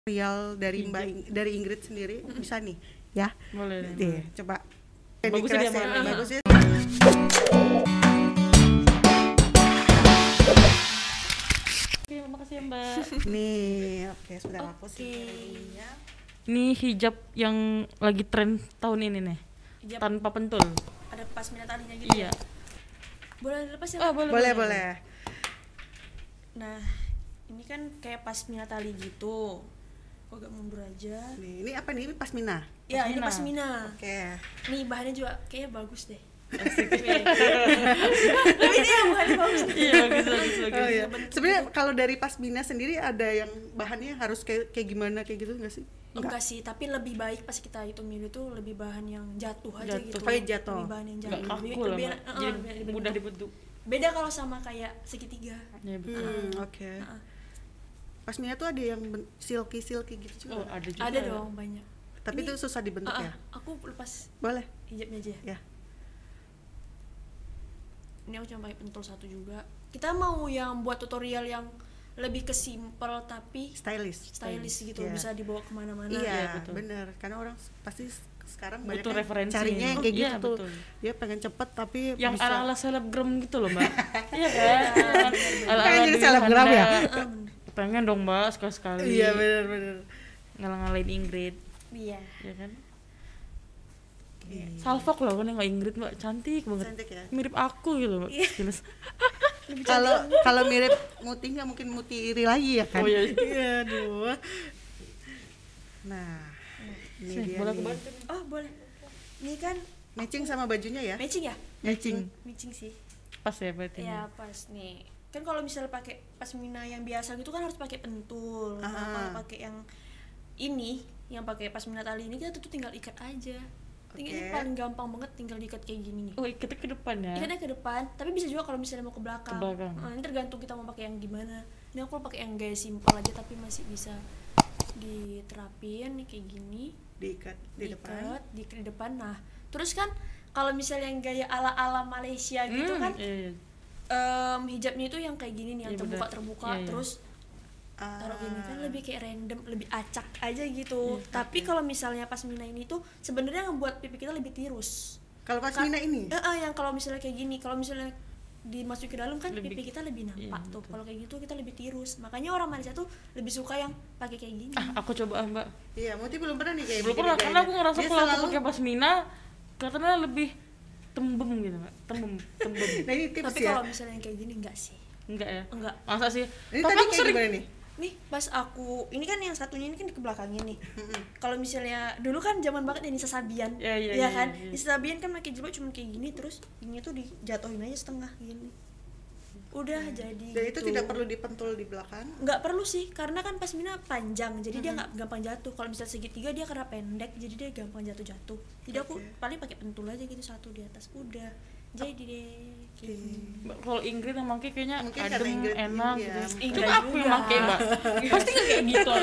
tutorial dari dari Ingrid sendiri bisa nih ya. Boleh. Coba. Bagus dia, bagus ya. Oke, makasih ya Mbak. Nih, oke sudah aku sih. Ini hijab yang lagi tren tahun ini nih. Hijab Tanpa pentul. ada pasmina talinya gitu. Iya. Boleh lepas ya? Oh, Boleh. Nah, ini kan kayak pasmina tali gitu. Aku agak mundur aja. Nih, ini apa nih? Ini pasmina. Ya, ini Pasmina. pasmina. Oke. Nih bahannya juga kayaknya bagus deh. Asik. Tapi ini yang bahannya bagus. Iya, bagus. Oh iya. Sebenarnya kalau dari pasmina sendiri ada yang bahannya harus kayak gimana kayak gitu nggak sih? Enggak sih, tapi lebih baik pas kita hitung milih itu lebih bahan yang jatuh aja gitu. Pakai jatuh. Lebih bahan yang Enggak jatuh. kaku lah, Mbak. Jadi lebih mudah dibentuk. Beda kalau sama kayak segitiga. Ya, betul. Oke. Pasmina tuh ada yang silky gitu juga. Oh, ada juga. Ada dong banyak. Tapi Ini- itu susah dibentuk ya? Aku lepas Boleh. hijabnya aja. Ya. Ini aku cuma pakai pentul satu juga. Kita mau yang buat tutorial yang lebih ke simple tapi Stylish gitu, Iya. bisa dibawa kemana-mana. Iya, betul. bener. Karena orang pasti sekarang banyak Butuh kan referensi. carinya yang kayak Iya, gitu tuh. betul. Dia pengen cepet tapi Yang bisa ala-ala selebgram gitu loh, Mbak. Iya kan? Ala-ala Pengen jadi Dwi selebgram Handa. ya? Pengen dong, Mbak, sekali-sekali. Iya, bener. Ngalah-ngalahin Ingrid, Iya. ya kan? Salfok loh kan yang Ingrid, Mbak, cantik banget. Cantik ya. Mirip aku gitu, Mbak. Iya. Jelas. Kalau mirip Muti nggak mungkin Muti iri lagi ya kan? Oh, iya. Iya, aduh. Nah, ini dia Boleh aku nih. bantu? Oh, boleh. Ini kan Matching sama bajunya ya? matching ya? Matching. Matching sih. Pas ya berarti. Ya, pas nih. Kan kalau misalnya pakai pasmina yang biasa gitu kan harus pakai pentul. Nah, kalau pakai yang ini, yang pakai pasmina tali ini kita tuh tinggal ikat aja. Ini Oke. paling gampang banget, tinggal diikat kayak gini nih. Oh, ikatnya ke depan ya. Ikatnya ke depan, tapi bisa juga kalau misalnya mau ke belakang. Ke belakang. Nah, ini tergantung kita mau pakai yang gimana. Ini aku pakai yang gaya simpel aja tapi masih bisa diterapin nih kayak gini. Diikat di depan. Diikat di depan. Nah, terus kan kalau misalnya yang gaya ala-ala Malaysia gitu kan, Iya. hijabnya itu yang kayak gini nih, yang Iya, benar. terbuka-terbuka, Iya. terus taruh gini kan lebih kayak random, lebih acak aja gitu. Iya, Tapi kalau misalnya pasmina ini tuh sebenarnya ngebuat pipi kita lebih tirus. Kalau pasmina ini? Yang kalau misalnya kayak gini, kalau misalnya dimasukin ke dalam kan Lebih- pipi kita lebih nampak iya, tuh. betul. Kalau kayak gitu kita lebih tirus. Makanya orang Malaysia tuh lebih suka yang pakai kayak gini. Aku coba, Mbak. Iya, Muti belum pernah nih kayak Belum pernah, begini karena aku kayaknya. ngerasa Dia kalau aku selalu- pakai pasmina kelihatannya lebih tembem gitu, Mbak. Tembem. Nah, ini tips Tapi ya. kalau misalnya yang kayak gini enggak sih. Enggak ya? Enggak. Masa sih? Ini Tapi tadi aku kayak sering gimana nih? Nih pas aku ini kan yang satunya ini kan di belakangnya nih. Kalau misalnya dulu kan zaman banget ya Nisa Sabian, Iya, kan? iya. Nisa Sabian kan pakai jilbab cuma kayak gini, terus ini tuh dijatuhin aja setengah gini. Udah jadi. Dan itu gitu. tidak perlu dipentul di belakang. Nggak perlu sih, karena kan pasmina panjang, jadi dia nggak gampang jatuh. Kalau misalnya segitiga dia karena pendek, jadi dia gampang jatuh. Jadi aku paling pakai pentul aja gitu satu di atas, udah. Jadi deh. Gitu. Mbak, kalau Ingrid yang pakai kayaknya Mungkin karena adem, Ingrid enak ini ya. gitu. Ingrid Cuma aku yang juga. pakai, Mbak. Pasti nggak kayak gitu.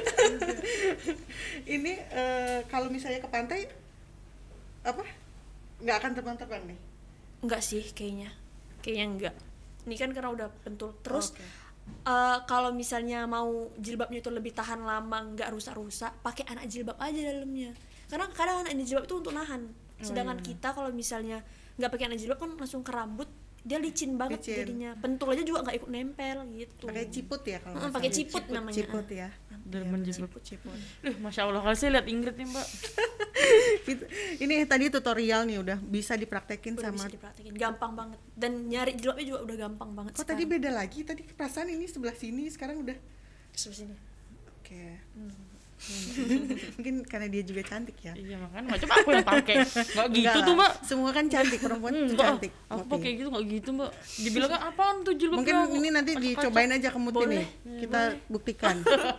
Ini kalau misalnya ke pantai apa? Nggak akan terbang-terbang nih. Enggak sih kayaknya enggak. Ini kan karena udah pentul. Terus Oke. kalau misalnya mau jilbabnya itu lebih tahan lama, nggak rusak-rusak, pakai anak jilbab aja dalamnya. Karena kadang anak jilbab itu untuk nahan. Sedangkan kita kalau misalnya nggak pakai anak jilbab kan langsung ke rambut, dia licin banget Licin. jadinya. Pentul aja juga nggak ikut nempel gitu. Pakai ciput ya kalau nggak Pakai salah. ciput namanya. Ciput ya. Dalam menjilbab. Ciput. Masya Allah, kalau saya lihat Ingrid nih, Mbak. Ini tadi tutorial nih udah bisa dipraktekin Udah sama. bisa dipraktekin, gampang banget. Dan nyari jilbabnya juga udah gampang banget. Kok tadi beda lagi? Tadi perasaan ini sebelah sini, sekarang udah. Terus sini. Oke. Mungkin karena dia juga cantik ya. Iya, makanya coba aku yang pakai. Nggak gitu Enggak tuh, lah. Mbak. Semua kan cantik, perempuan tuh Enggak, cantik. aku Muti. pakai gitu nggak gitu, Mbak. Dibilang apaan tuh jilbabnya? Mungkin ini nanti dicobain aja ke Muti nih. Kita buktikan.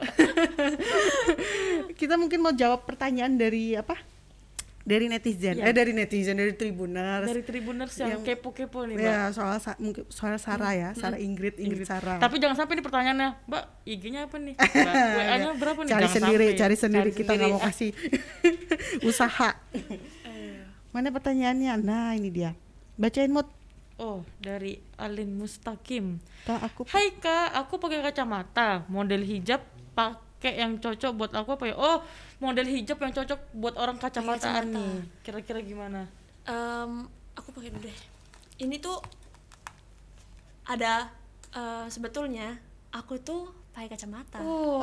Kita mungkin mau jawab pertanyaan dari apa? Dari netizen. Iya. Dari Tribuners. Dari Tribuners yang kepo-kepo nih, Mbak. Ya, mungkin soal Sarah ya, Sarah Ingrid Sarah. Tapi jangan sampai nih pertanyaannya, Mbak, IG-nya apa nih? Mbak, WA-nya berapa nih? Cari Jangan sendiri, sampai. cari sendiri, Cari kita nggak mau kasih usaha. Mana pertanyaannya? Nah, ini dia. Bacain Mut. Oh, dari Alin Mustaqim. Kak, aku Hai Kak, aku pakai kacamata, model hijab pakai pakai yang cocok buat aku apa ya? Oh, model hijab yang cocok buat orang kacamataan kacamata. nih. Kira-kira gimana? Aku pakai dulu deh. Ini tuh ada sebetulnya aku tuh pakai kacamata.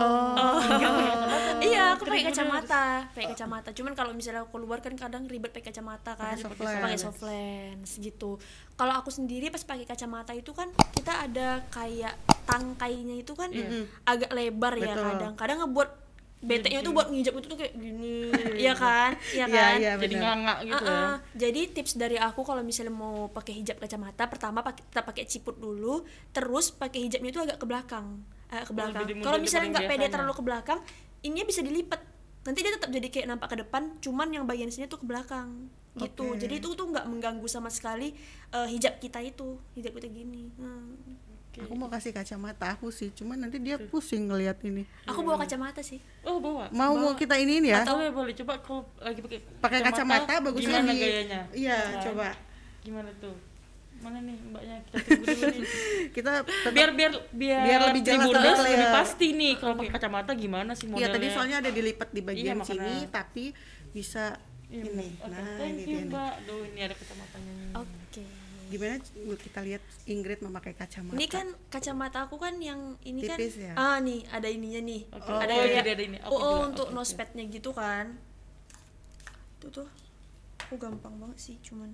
Iya, aku pakai kacamata. Cuman kalau misalnya aku keluar kan kadang ribet pakai kacamata kan, pakai soft lens gitu. Kalau aku sendiri pas pakai kacamata itu kan kita ada kayak tangkainya itu kan agak lebar ya kadang ngebuat bete-nya tuh buat ngijab itu tuh kayak gini. Iya kan? Jadi nganga gitu ya. Jadi tips dari aku kalau misalnya mau pakai hijab kacamata, pertama kita pakai ciput dulu, terus pakai hijabnya itu agak ke belakang. Kalau misalnya nggak pede terlalu ke belakang, ininya bisa dilipat. Nanti dia tetap jadi kayak nampak ke depan, cuman yang bagian sini tuh ke belakang gitu. Jadi itu tuh nggak mengganggu sama sekali hijab kita gini. Aku mau kasih kacamata aku sih, cuman nanti dia pusing ngelihat ini. Aku bawa kacamata sih. Oh, bawa. Mau kita iniin ya? Boleh coba kalau lagi pakai kacamata bagus gimana nih gayanya? Iya, coba. Gimana tuh? Mana nih mbaknya? Kita tunggu dulu nih. Kita biar lebih jelas, lebih pasti nih kalau pakai kacamata gimana sih modelnya. Iya, tadi soalnya ada dilipat di bagian sini tapi bisa ini. Thank you, Mbak. Duh, ini ada kacamatanya nih. Oke. Gimana kita lihat Ingrid memakai kacamata. Ini kan kacamata aku kan yang ini tipis kan. Ya? Nih, ada ininya nih. Ada ini. Untuk nosepadnya gitu kan. Tuh. Aku gampang banget sih cuman.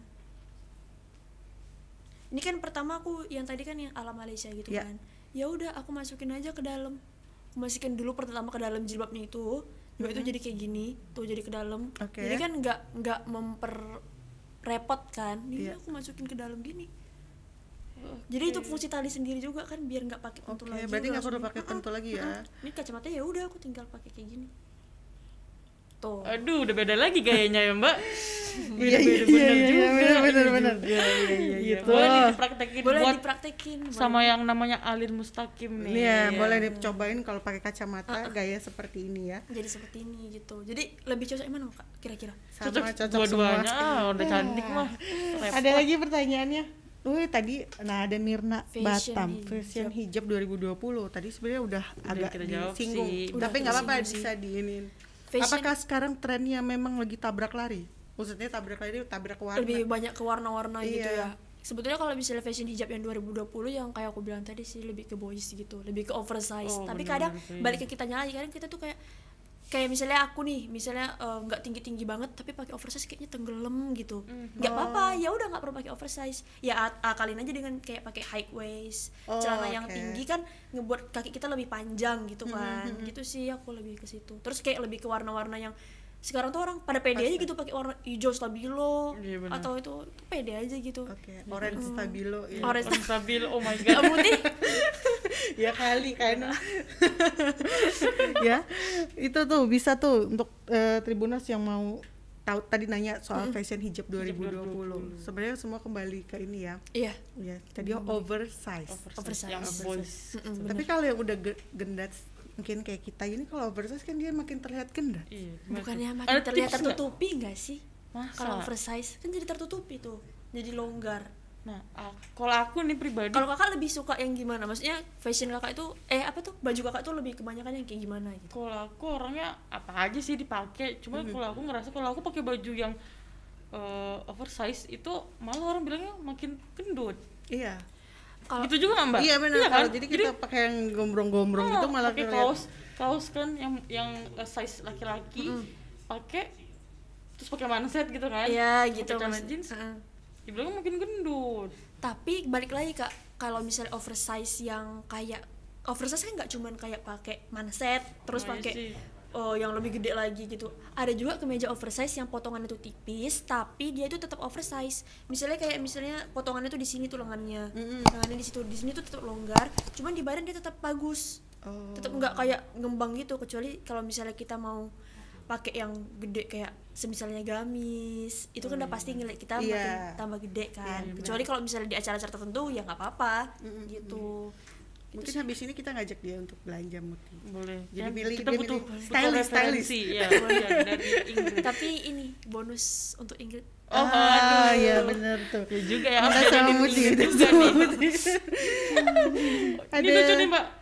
Ini kan pertama aku yang tadi kan yang ala Malaysia gitu kan. Ya udah aku masukin aja ke dalam. Aku masukin dulu pertama ke dalam jilbabnya itu. Jilbab itu jadi kayak gini, tuh jadi ke dalam. Jadi kan enggak repot kan. Ini aku masukin ke dalam gini. Jadi itu fungsi tali sendiri juga kan biar nggak pakai pentul lagi. Berarti nggak perlu pakai pentul lagi ya. Ini kacamata ya udah aku tinggal pakai kayak gini. Tuh. Aduh, udah beda lagi gayanya ya, Mbak. Iya, benar. Iya. Boleh dipraktekin. Sama yang namanya Alin Mustaqim nih. Iya, boleh dicobain kalau pakai kacamata gaya seperti ini ya. Jadi seperti ini gitu. Jadi lebih cocok mana Kak kira-kira? Cocok dua-duanya. Udah cantik mah. Ada lagi pertanyaannya. Tadi ada Mirna Batam fashion hijab 2020. Tadi sebenarnya udah agak disinggung. Tapi nggak apa-apa bisa diinin. Apakah sekarang trennya memang lagi tabrak lari? Maksudnya tabrak warna. Lebih banyak ke warna-warna gitu ya. Sebetulnya kalau misalnya fashion hijab yang 2020 yang kayak aku bilang tadi sih lebih ke boys gitu, lebih ke oversize. Tapi kadang balik ke kitanya lagi, kadang kita tuh kayak misalnya aku nih, misalnya nggak tinggi-tinggi banget tapi pakai oversize kayaknya tenggelam gitu. Nggak apa-apa, ya udah nggak perlu pakai oversize. Ya akalin aja dengan kayak pakai high waist, celana yang tinggi kan ngebuat kaki kita lebih panjang gitu kan. Gitu sih aku lebih ke situ. Terus kayak lebih ke warna-warna yang sekarang tuh orang pada pede aja gitu pakai warna hijau stabilo atau itu pede aja gitu. Orange stabilo. Ya. Orange stabilo. Oh my god. Putih. Ya kali kan. Ya. Itu tuh bisa tuh untuk Tribunas yang mau tahu tadi nanya soal fashion hijab 2020. Sebenarnya semua kembali ke ini ya. Iya. Ya, tadi oversize. Yang boys. Tapi kalau yang udah gendat mungkin kayak kita ini kalau oversize kan dia makin terlihat gendat. Bukannya makin terlihat tertutupi nggak sih? Kalau oversize kan jadi tertutupi tuh, jadi longgar. Nah, kalau aku nih pribadi, kalau kakak lebih suka yang gimana? Maksudnya fashion kakak itu baju kakak tuh lebih kebanyakan yang kayak gimana gitu? Kalau aku orangnya apa aja sih dipakai, cuma kalau aku ngerasa kalau aku pakai baju yang oversize itu malah orang bilangnya makin gendut. Iya. Gitu juga nggak Mbak? Iya benar. Iya, kan? Jadi kita pakai yang gombrong-gombrong itu malah pakai kaos kan yang size laki-laki, pakai terus pakai manset gitu kan? Iya gitu. Celana jeans, dibilang makin gendut. Tapi balik lagi Kak, kalau misalnya oversize yang kayak oversize kan nggak cuman kayak pakai manset terus pakai yang lebih gede lagi gitu. Ada juga kemeja oversize yang potongannya itu tipis tapi dia itu tetap oversize. Misalnya potongannya tuh di sini tuh lengannya. Lengannya di sini tuh tetap longgar, cuman di badan dia tetap bagus. Tetap nggak kayak ngembang gitu, kecuali kalau misalnya kita mau pakai yang gede kayak semisalnya gamis, itu kan udah pasti ngeliat kita makin tambah gede kan. Kecuali kalau misalnya di acara-acara tertentu ya nggak apa-apa gitu. Mungkin habis ini kita ngajak dia untuk belanja Muti. Boleh. Jadi kita butuh stylist. Ya, dari Ingrid. Tapi ini bonus untuk Ingrid. Iya benar tuh. Ya juga ya. Ada sama Muti. Ini lucu nih Mbak.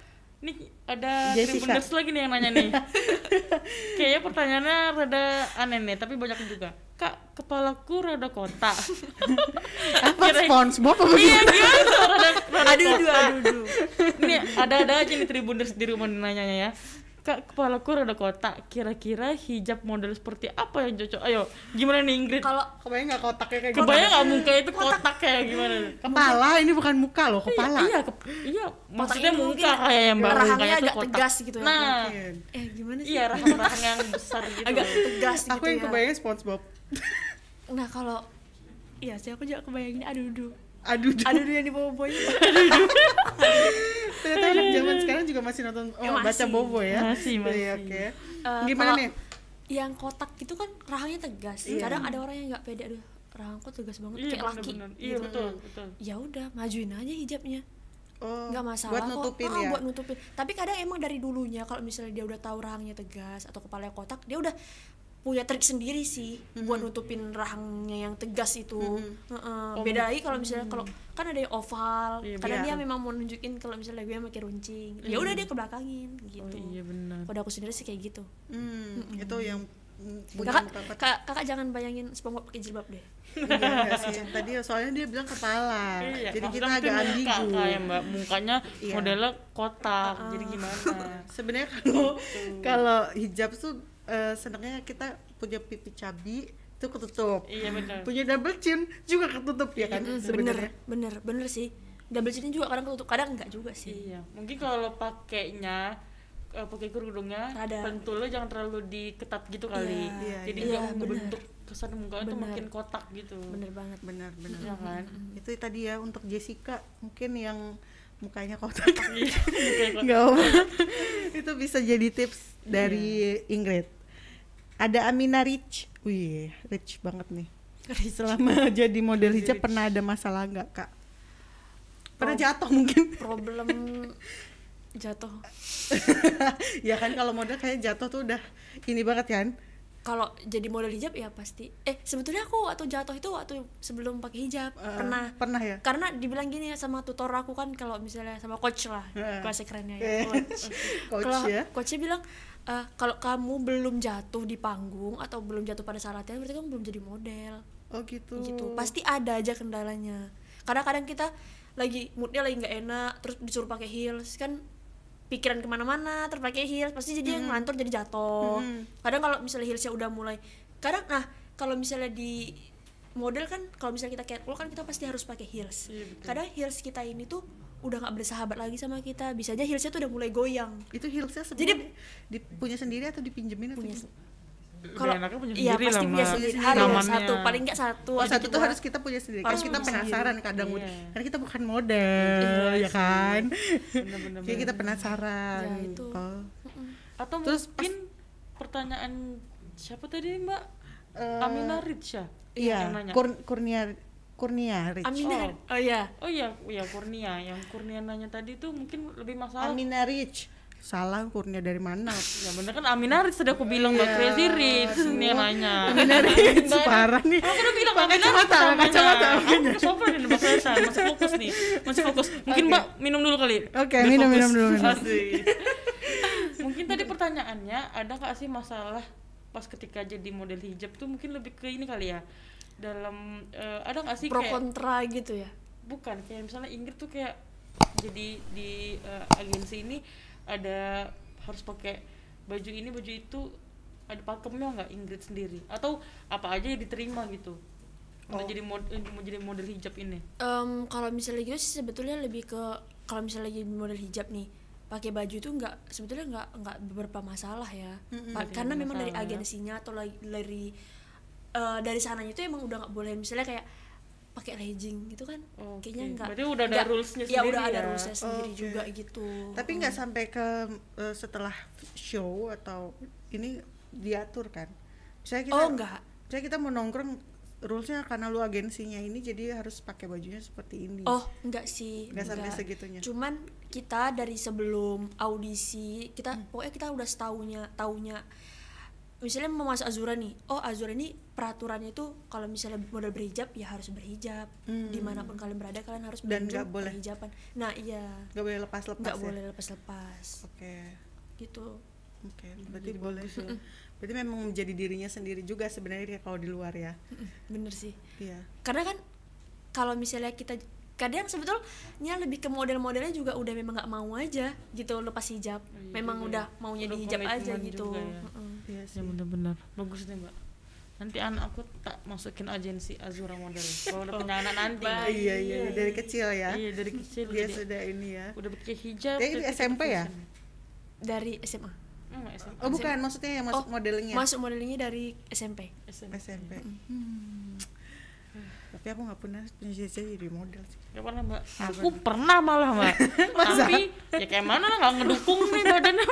Nih ada Jessica. Tribuners lagi nih yang nanya nih. Kayaknya pertanyaannya rada aneh nih, tapi banyak juga. Kak, kepalaku rada kotak. Apa SpongeBob apa Iya, gimana? gimana? Rada Aduh. Nih ada aja nih Tribuners di rumah nanyanya ya. Kak, kepalaku rada kotak. Kira-kira hijab model seperti apa yang cocok? Ayo, gimana nih Ingrid? Kalau Kebayang nggak kotaknya kayak Kebayang nggak muka itu kotak kayak gimana? Kepala, ini bukan muka loh, kepala. Iya, maksudnya ini muka mungkin kayak yang Mbak rahangnya mukanya tuh agak kotak. tegas gitu ya. Nah, Gimana sih? iya rahang-rahang yang besar gitu. Agak tegas gitu Aku yang ya. kebayang SpongeBob. Nah, kalau iya sih aku juga kebayanginnya aduh Aduh. yang di bawah-bawahnya. Ternyata anak zaman sekarang juga masih nonton baca masih. Bobo ya. Masih. Iya, oke. Gimana Kalau nih? yang kotak itu kan rahangnya tegas. Iya. Kadang ada orang yang nggak pede, aduh rahangku tegas banget Iya, kayak laki. bener-bener. Iya, gitu. betul. Ya udah, majuin aja hijabnya. Oh, Nggak masalah buat nutupin kok. ya. Buat nutupin. Tapi kadang emang dari dulunya kalau misalnya dia udah tahu rahangnya tegas atau kepalanya kotak, dia udah punya trik sendiri sih buat nutupin rahangnya yang tegas itu. Beda lagi kalau misalnya kalau kan ada yang oval, Iya, kadang iya. dia memang mau nunjukin kalau misalnya gue pakai runcing. Ya udah dia ke belakangin gitu. Oh iya benar. Pada aku sendiri sih kayak gitu. Itu yang punya muka kotak. Kakak jangan bayangin SpongeBob pakai jilbab deh. Enggak sih. Tadi soalnya dia bilang kepala. Iya, Jadi kita maksudnya agak mungkin muka ambigu. kayak Mbak, mukanya Iya. modelnya kotak. Jadi gimana? Sebenarnya kalau hijab tuh senangnya kita punya pipi cabi itu ketutup. Iya benar. Punya double chin juga ketutup ya kan sebenarnya. Bener sih. Double chin juga kadang ketutup, kadang enggak juga sih. Iya, mungkin kalau pakainya pakai kerudungnya Ada. pentulnya jangan terlalu diketat gitu kali. Iya, Jadi iya. nggak Iya, membentuk kesan mukanya tuh Bener. makin kotak gitu. Bener banget. Benar. Iya kan? Itu tadi ya untuk Jessica mungkin yang mukanya kotak. Iya, kayak kotak. Nggak apa. Itu bisa jadi tips dari Ingrid. Ada Amina Rich. Wih, rich banget nih. Selama jadi model hijab pernah ada masalah nggak, Kak? Pernah jatuh mungkin? Problem jatuh. Ya kan kalau model kayak jatuh tuh udah ini banget kan? Kalau jadi model hijab ya pasti. Sebetulnya aku waktu jatuh itu waktu sebelum pakai hijab Pernah ya? karena dibilang gini sama tutor aku kan, kalau misalnya sama coach lah, bahasa kerennya ya, coach. Coach Kalau ya? coachnya bilang kalau kamu belum jatuh di panggung atau belum jatuh pada saat latihan, berarti kamu belum jadi model. Oh gitu. Gitu. Pasti ada aja kendalanya. Kadang-kadang kita lagi moodnya lagi nggak enak, terus disuruh pakai heels kan, pikiran kemana-mana, terus pakai heels pasti jadi yang ngelantur, jadi jatuh. Kadang kalau misalnya heelsnya udah mulai, kalau misalnya di model kan, kalau misalnya kita catwalk kan kita pasti harus pakai heels. Kadang heels kita ini tuh udah nggak bersahabat lagi sama kita, bisa aja heelsnya tuh udah mulai goyang. Itu heelsnya sebenarnya punya sendiri atau dipinjemin atau gimana? Kalau anaknya punya iya sendiri pasti lah, punya Mbak. sendiri, Nyamannya. harus satu, paling nggak satu. Oh, satu gitu tuh lah. harus kita punya sendiri. Harus Kan kita punya penasaran kadang, Iya. karena kita bukan model, ya kan? Bener-bener. Jadi kita penasaran. Ya, itu. Oh. Atau Terus mungkin pertanyaan siapa tadi Mbak? Amina Rich ya? Iya, Yang nanya. Kurnia Rich. Amina. Oh iya. Oh iya Kurnia. Yang Kurnia nanya tadi tuh mungkin lebih masalah. Amina Rich. Salah, Kurnia dari mana? Ya bener kan Amina Rich, tadi aku bilang Mbak Crazy Rich ini yang nanya. Amina Rich parah nih. Aku udah bilang Pakai Amina Rich kacamata. Aku sopan nih Mbak Crazy, masih fokus nih. Masih fokus. Mungkin Mbak minum dulu kali. Oke, Biar minum fokus. dulu. Asik. Mungkin tadi pertanyaannya, ada gak sih masalah pas ketika jadi model hijab tuh, mungkin lebih ke ini kali ya, dalam ada gak sih Pro kayak kontra gitu ya. bukan kayak misalnya Ingrid tuh kayak jadi di agensi ini ada harus pakai baju ini baju itu, ada pakemnya nggak Ingrid sendiri, atau apa aja yang diterima gitu untuk jadi model hijab ini? Kalau misalnya gitu sih sebetulnya lebih ke, kalau misalnya lagi model hijab nih, pakai baju itu sebetulnya nggak beberapa masalah ya. Karena memang dari agensinya atau dari sananya itu emang udah nggak boleh misalnya kayak pakai legging gitu kan. Kayaknya nggak. Berarti udah ada rulesnya ya sendiri udah ada ya? rulesnya sendiri juga gitu. Tapi nggak sampai ke setelah show atau ini diatur kan? Misalnya kita, enggak. Misalnya kita mau nongkrong, rulesnya karena lu agensinya ini jadi harus pakai bajunya seperti ini. Enggak sih. Nggak sampai segitunya. Cuman kita dari sebelum audisi pokoknya kita udah taunya misalnya mau masuk Azura nih, Azura ini peraturannya itu kalau misalnya model berhijab ya harus berhijab, dimanapun kalian berada kalian harus berhijaban. Nah iya, nggak boleh lepas-lepas, nggak boleh lepas-lepas. Gitu. Berarti boleh sih. Berarti memang menjadi dirinya sendiri juga sebenarnya kalau di luar ya. Bener sih. Iya. Karena kan kalau misalnya kita kadang sebetulnya lebih ke model-modelnya juga udah memang nggak mau aja gitu lepas hijab, memang udah maunya di hijab aja gitu ya. Iya sih, benar-benar bagus nih Mbak. Nanti anak aku tak masukin agensi Azura model kalau udah punya anak nanti. Iya dari kecil ya. Iya dari kecil dia sudah ini ya, udah pakai hijab. Dia itu SMP ya? Dari SMA. Oh bukan, maksudnya yang masuk modelingnya. Masuk modelingnya dari SMP. Tapi aku nggak pernah punya cita-cita jadi model sih. Nggak pernah Mbak. Aku pernah malah Mbak. Tapi ya kayak mana lah, nggak ngedukung nih badannya.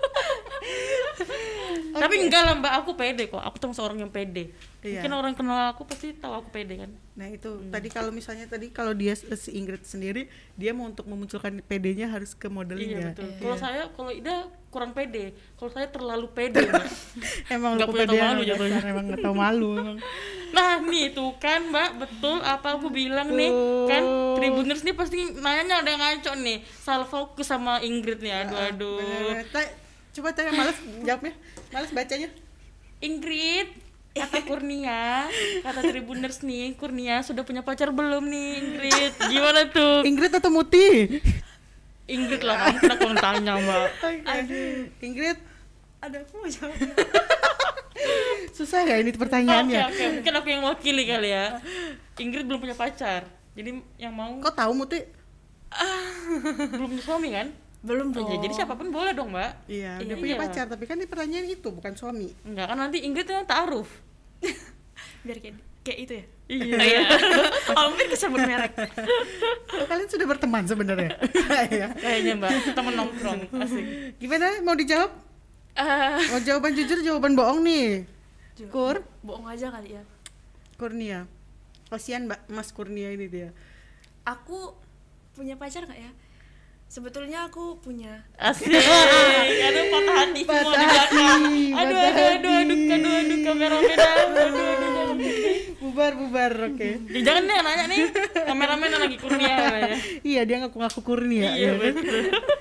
Tapi enggak lah Mbak, aku pede kok. Aku termasuk orang yang pede. Mungkin orang kenal aku pasti tahu aku pede kan. Nah itu tadi kalau dia si Ingrid sendiri, dia mau untuk memunculkan pedenya harus ke modelingnya. Iya betul. Kalau Ida kurang pede, kalau saya terlalu pede Mbak. Emang nggak punya malu jatuhnya. Emang nggak tahu malu. Nah nih tuh kan Mbak, betul apa aku bilang nih kan, Tribuners nih pasti nanya ada yang ngaco nih, salah fokus sama Ingrid nih. Aduh. Coba tanya, males jawabnya, males bacanya. Ingrid, kata Kurnia, kata Tribuners nih, Kurnia sudah punya pacar belum nih Ingrid? Gimana tuh? Ingrid atau Muti? Ingrid lah, kamu kenapa yang tanya Mbak? Aduh. Ingrid, ada aku mau jawab. Susah ya ini pertanyaannya. Oke, mungkin aku yang wakili kali ya. Ingrid belum punya pacar, jadi yang mau. Kok tahu Muti? Belum punya suami kan? Belum dong. Ya, jadi siapapun boleh dong Mbak. Iya, udah punya pacar, tapi kan ini pertanyaan itu bukan suami. Enggak kan, nanti Ingrid yang ta'aruf. Biar kayak itu ya. Iya. Hampir kesebut merek. Kalian sudah berteman sebenarnya. Kayaknya Mbak, temen nongkrong. Asik. Gimana, mau dijawab? Mau jawaban jujur, jawaban bohong nih. Kur? Bohong aja kali ya. Kurnia. Kasian Mbak Mas Kurnia ini dia. Aku punya pacar nggak ya? Sebetulnya aku punya. Asik. Aduh, patah hati semua di belakang. Aduh, kameramen. Aduh. Bubar, oke. Jangan deh nanya nih, kameramen lagi Kurnia ya. Iya, dia ngaku-ngaku Kurnia. Iya, betul.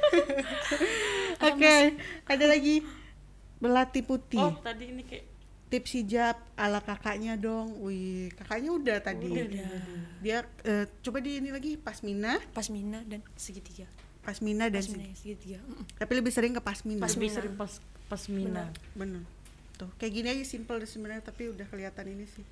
Oke, ada lagi belati putih. Oh, tadi ini kayak tips hijab ala kakaknya dong. Wih, kakaknya udah tadi. Dia coba di ini lagi pasmina dan segitiga. Pasmina dan segitiga. Tapi lebih sering ke pasmina. Lebih sering pasmina. Bener. Tuh, kayak gini aja simple deh sebenarnya, tapi udah kelihatan ini sih.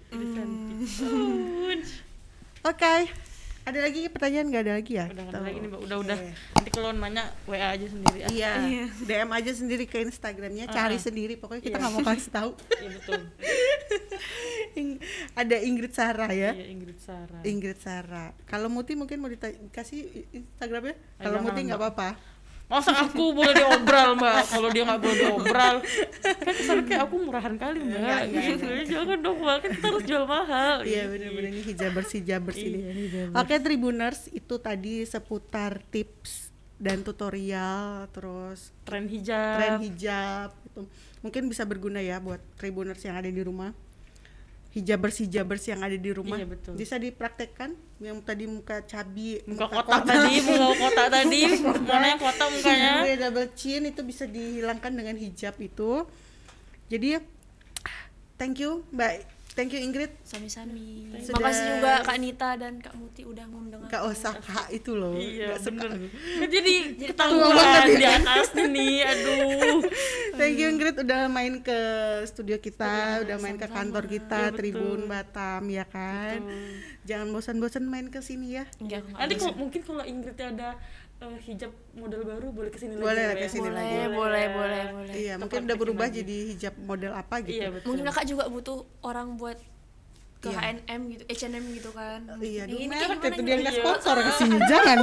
Oke. Ada lagi pertanyaan? Nggak ada lagi ya? Udah ada lagi nih Mbak, udah. Nanti kalau nanya WA aja sendiri. Iya. DM aja sendiri ke Instagramnya, cari sendiri. Pokoknya kita nggak mau kasih tahu. Iya betul. Ada Ingrid Sarah ya? Iya, Ingrid Sarah. Kalau Muti mungkin mau dikasih Instagramnya? Kalau Muti nggak apa-apa. Masa aku boleh diobral Mbak, kalau dia nggak boleh diobral kan kesannya kayak aku murahan kali Mbak. Jangan dong Mbak, kan kita harus jual mahal. Iya benar-benar, ini hijabers ini. Oke Tribuners, itu tadi seputar tips dan tutorial, terus tren hijab itu mungkin bisa berguna ya buat Tribuners yang ada di rumah, hijabers yang ada di rumah. Iya, betul. Bisa dipraktekkan yang tadi muka cabi, muka kotak tadi mana yang kotak mukanya, double chin itu bisa dihilangkan dengan hijab itu. Jadi thank you Ingrid. Sami-sami. Makasih juga Kak Nita dan Kak Muti udah ngundang aku. Kak Osa Kak itu loh. Iya bener. Jadi ketahuan di atas nih. Aduh. Thank you Ingrid udah main ke studio kita, udah main ke kantor kita, ya, Tribun Batam ya kan. Betul. Jangan bosan-bosan main ke sini ya. Nanti mungkin kalau Ingrid ada hijab model baru boleh kesini lagi. Boleh kesini lagi. Boleh. Iya, mungkin udah berubah jadi hijab model apa gitu. Iya, betul. Mungkin Kakak juga butuh orang buat ke H&M gitu, H&M gitu kan. Iya, ini merek itu dia nggak sponsor kesini, jangan.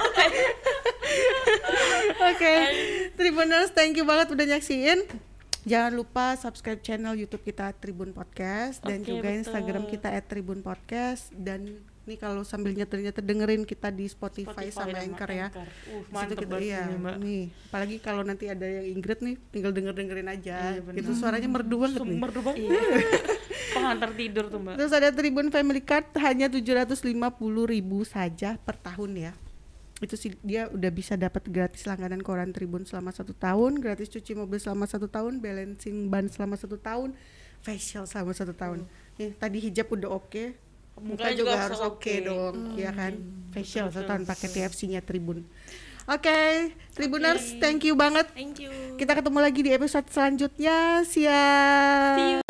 Oke. Tribuners, thank you banget udah nyaksiin. Jangan lupa subscribe channel YouTube kita Tribun Podcast dan juga betul. Instagram kita @tribunpodcast dan nih kalau sambil nyetir dengerin kita di Spotify sama Anchor ya. Mantep kita ya, nih apalagi kalau nanti ada yang Ingrid nih tinggal dengerin aja. Itu suaranya merdu banget nih. Merdu banget. Pengantar tidur tuh Mbak. Terus ada Tribun Family Card hanya 750.000 saja per tahun ya. Itu sih dia udah bisa dapat gratis langganan koran Tribun selama 1 tahun, gratis cuci mobil selama 1 tahun, balancing ban selama 1 tahun, facial selama 1 tahun. Nih tadi hijab udah oke, muka juga harus oke dong, ya kan? Facial 1 tahun pakai TFC-nya Tribun. Oke, Tribuners, thank you banget. Thank you. Kita ketemu lagi di episode selanjutnya. See you.